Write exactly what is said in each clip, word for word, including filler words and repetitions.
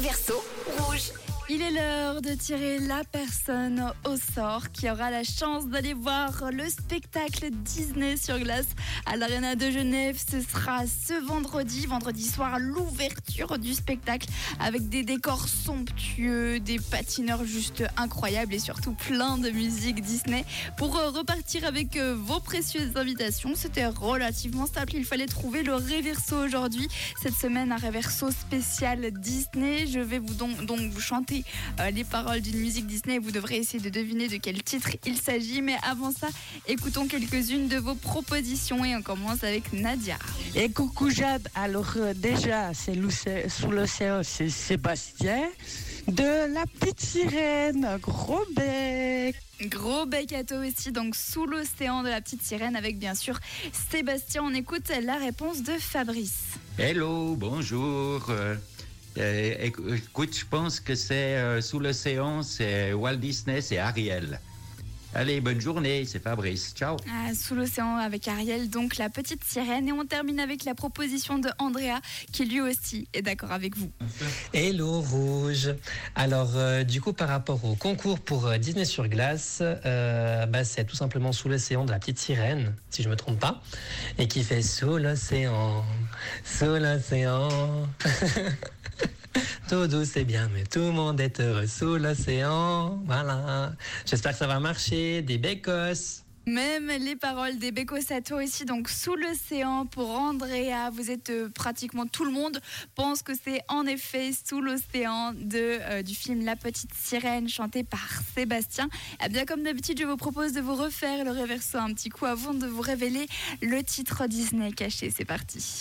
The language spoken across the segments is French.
Réverso rouge. Il est l'heure de tirer la personne au sort qui aura la chance d'aller voir le spectacle Disney sur glace à l'Arena de Genève. Ce sera ce vendredi, vendredi soir, l'ouverture du spectacle avec des décors somptueux, des patineurs juste incroyables et surtout plein de musique Disney. Pour repartir avec vos précieuses invitations, c'était relativement simple. Il fallait trouver le Réverso aujourd'hui. Cette semaine, un Réverso spécial Disney. Je vais vous donc, donc vous chanter Euh, les paroles d'une musique Disney. Vous devrez essayer de deviner de quel titre il s'agit. Mais avant ça, écoutons quelques-unes de vos propositions et on commence avec Nadia. Et coucou Jade, alors euh, déjà c'est l'océ- sous l'océan, c'est Sébastien de La Petite Sirène, gros bec. Gros bec à toi aussi, donc Sous l'océan de La Petite Sirène avec bien sûr Sébastien. On écoute la réponse de Fabrice. Hello, bonjour. Euh, euh, écoute, je pense que c'est euh, Sous l'océan, c'est Walt Disney, c'est Ariel. Allez, bonne journée, c'est Fabrice. Ciao. Ah, Sous l'océan avec Ariel, donc La Petite Sirène. Et on termine avec la proposition de Andrea qui lui aussi est d'accord avec vous. Hello Rouge. Alors euh, du coup par rapport au concours pour euh, Disney sur glace, euh, bah, c'est tout simplement Sous l'océan de La Petite Sirène, si je me trompe pas, et qui fait Sous l'océan, sous l'océan. Tout doux c'est bien, mais tout le monde est heureux sous l'océan. Voilà. J'espère que ça va marcher. Des bécosses. Même les paroles des Bécos à toi aussi, donc Sous l'océan pour Andrea. Vous êtes euh, pratiquement tout le monde pense que c'est en effet Sous l'océan de, euh, du film La Petite Sirène chanté par Sébastien. Eh bien comme d'habitude, je vous propose de vous refaire le Réverso un petit coup avant de vous révéler le titre Disney caché. C'est parti.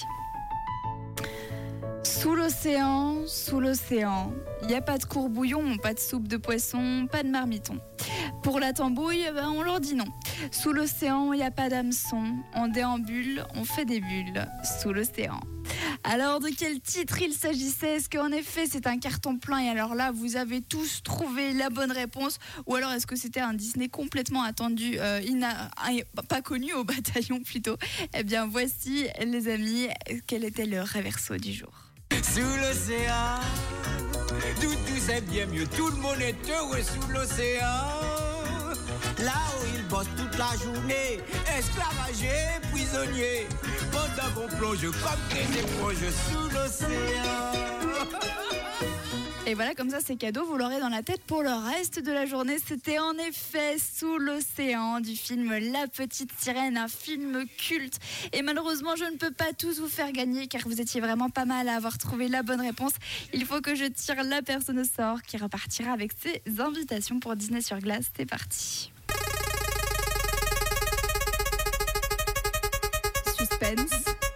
Sous l'océan, sous l'océan, il n'y a pas de courbouillon, pas de soupe de poisson, pas de marmiton. Pour la tambouille, ben on leur dit non. Sous l'océan, il n'y a pas d'hameçon, on déambule, on fait des bulles, sous l'océan. Alors de quel titre il s'agissait? Est-ce qu'en effet c'est un carton plein et alors là vous avez tous trouvé la bonne réponse? Ou alors est-ce que c'était un Disney complètement attendu, euh, ina- pas connu au bataillon plutôt? Eh bien voici les amis, quel était le Réverso du jour? Sous l'océan, tout, tout c'est bien mieux, tout le monde est heureux sous l'océan. Là où ils bossent toute la journée, esclavagés, prisonniers, pendant qu'on plonge comme des éponges sous l'océan. Et voilà, comme ça c'est cadeau, vous l'aurez dans la tête pour le reste de la journée. C'était en effet Sous l'océan du film La Petite Sirène, un film culte. Et malheureusement, je ne peux pas tous vous faire gagner car vous étiez vraiment pas mal à avoir trouvé la bonne réponse. Il faut que je tire la personne au sort qui repartira avec ses invitations pour Disney sur glace. C'est parti. Suspense.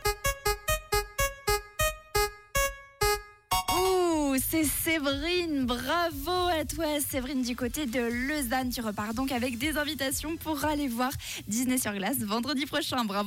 C'est Séverine, bravo à toi Séverine du côté de Lausanne. Tu repars donc avec des invitations pour aller voir Disney sur glace vendredi prochain. Bravo.